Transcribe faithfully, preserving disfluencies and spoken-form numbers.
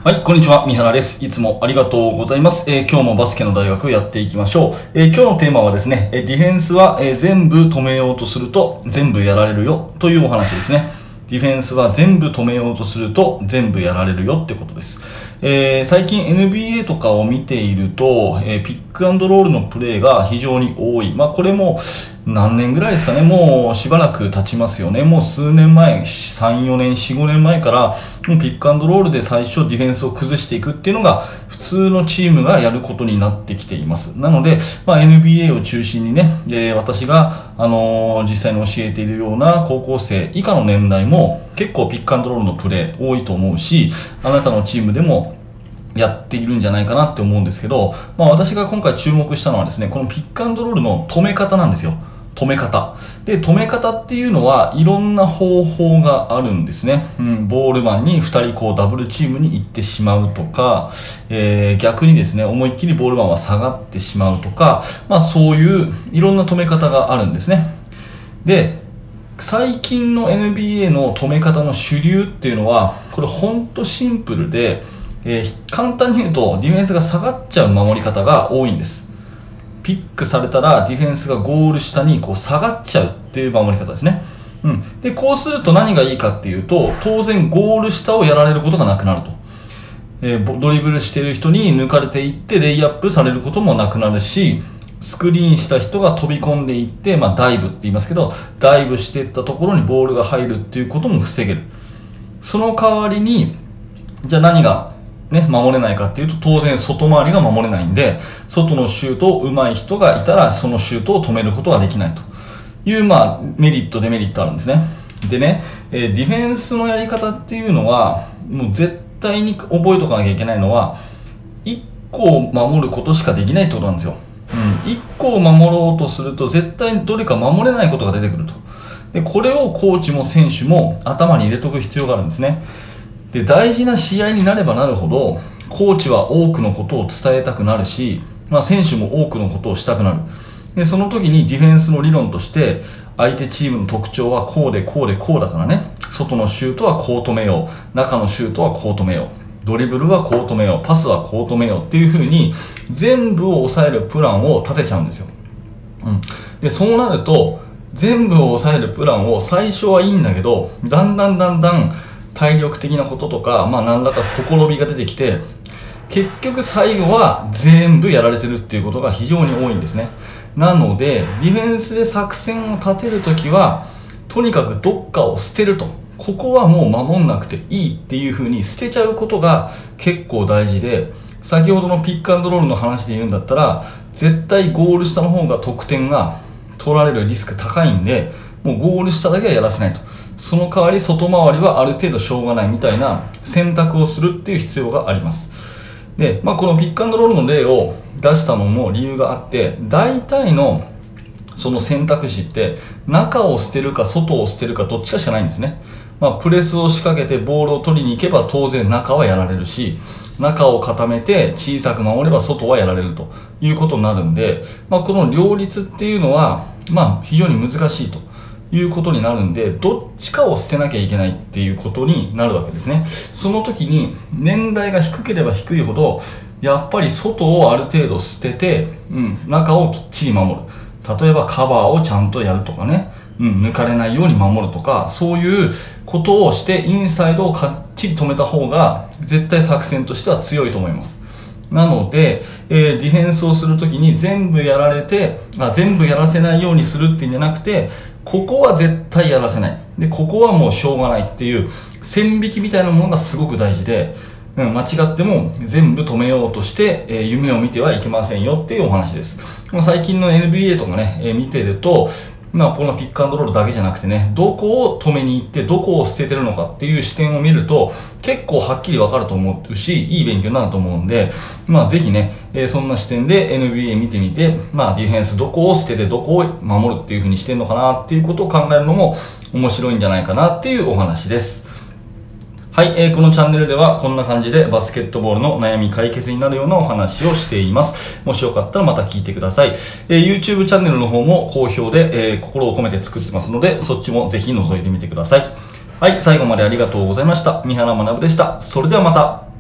はい、こんにちは。三原です。いつもありがとうございます。えー今日もバスケの大学やっていきましょう。えー今日のテーマはですね、えーディフェンスは、えー全部止めようとすると全部やられるよというお話ですね。ディフェンスは全部止めようとすると全部やられるよってことです。えー最近 エヌビーエー とかを見ていると、えーピックアンドロールのプレーが非常に多い。まあこれも何年ぐらいですかね、もうしばらく経ちますよね。もう数年前、さん、よねん、よん、ごねんまえから、もうピックアンドロールで最初ディフェンスを崩していくっていうのが、普通のチームがやることになってきています。なので、まあ、エヌビーエー を中心にね、えー私が、あのー実際に教えているような高校生以下の年代も、結構ピックアンドロールのプレー多いと思うし、あなたのチームでも、やっているんじゃないかなって思うんですけど、まあ、私が今回注目したのはですね、このピックアンドロールの止め方なんですよ。止め方。で、止め方っていうのはいろんな方法があるんですね。うん、ボールマンにふたりこうダブルチームに行ってしまうとか、えー逆にですね、思いっきりボールマンは下がってしまうとか、まあそういういろんな止め方があるんですね。で、最近の エヌビーエー の止め方の主流っていうのは、これほんとシンプルで、えー簡単に言うとディフェンスが下がっちゃう守り方が多いんです。ピックされたらディフェンスがゴール下にこう下がっちゃうっていう守り方ですね。うん、でこうすると何がいいかっていうと、当然ゴール下をやられることがなくなると、えードリブルしている人に抜かれていってレイアップされることもなくなるし、スクリーンした人が飛び込んでいって、まあ、ダイブって言いますけど、ダイブしていったところにボールが入るっていうことも防げる。その代わりにじゃあ何がね、守れないかっていうと、当然外回りが守れないんで、外のシュートを上手い人がいたら、そのシュートを止めることができないという、まあ、メリット、デメリットあるんですね。でね、えーディフェンスのやり方っていうのは、もう絶対に覚えておかなきゃいけないのは、いっこを守ることしかできないってことなんですよ。うん、いっこを守ろうとすると、絶対にどれか守れないことが出てくると。で、これをコーチも選手も頭に入れとく必要があるんですね。で、大事な試合になればなるほど、コーチは多くのことを伝えたくなるし、まあ、選手も多くのことをしたくなる。で、その時にディフェンスの理論として、相手チームの特徴はこうでこうでこうだからね、外のシュートはこう止めよう、中のシュートはこう止めよう、ドリブルはこう止めよう、パスはこう止めようっていう風に、全部を抑えるプランを立てちゃうんですよ。うん。で、そうなると、全部を抑えるプランを最初はいいんだけど、だんだんだんだん、体力的なこととか、まあ何らかほころびが出てきて、結局最後は全部やられてるっていうことが非常に多いんですね。なので、ディフェンスで作戦を立てるときは、とにかくどっかを捨てると。ここはもう守んなくていいっていう風に捨てちゃうことが結構大事で、先ほどのピックアンドロールの話で言うんだったら、絶対ゴール下の方が得点が取られるリスク高いんで、もうゴール下だけはやらせないと。その代わり外回りはある程度しょうがないみたいな選択をするっていう必要があります。で、まあ、このピックアンドロールの例を出したのも理由があって、大体のその選択肢って中を捨てるか外を捨てるかどっちかしかないんですね。まあ、プレスを仕掛けてボールを取りに行けば当然中はやられるし、中を固めて小さく守れば外はやられるということになるんで、まあ、この両立っていうのは、まあ、非常に難しいということになるんで、どっちかを捨てなきゃいけないっていうことになるわけですね。その時に年代が低ければ低いほど、やっぱり外をある程度捨てて、うん、中をきっちり守る。例えばカバーをちゃんとやるとかね、うん、抜かれないように守るとか、そういうことをしてインサイドをかっちり止めた方が絶対作戦としては強いと思います。なので、えーディフェンスをするときに全部やられて、あ、全部やらせないようにするっていうんじゃなくて、ここは絶対やらせない。で、ここはもうしょうがないっていう線引きみたいなものがすごく大事で、うん、間違っても全部止めようとして、えー夢を見てはいけませんよっていうお話です。もう最近の エヌビーエー とかね、えー見てると、まあ、このピックアンドロールだけじゃなくてね、どこを止めに行ってどこを捨ててるのかっていう視点を見ると結構はっきりわかると思うし、いい勉強になると思うんで、まあぜひね、えーそんな視点で エヌビーエー 見てみて、まあディフェンスどこを捨ててどこを守るっていう風にしてるのかなっていうことを考えるのも面白いんじゃないかなっていうお話です。はい、えーこのチャンネルではこんな感じでバスケットボールの悩み解決になるようなお話をしています。もしよかったらまた聞いてください。えー YouTube チャンネルの方も好評で、えー心を込めて作ってますので、そっちもぜひ覗いてみてください。はい、最後までありがとうございました。三原学でした。それではまた。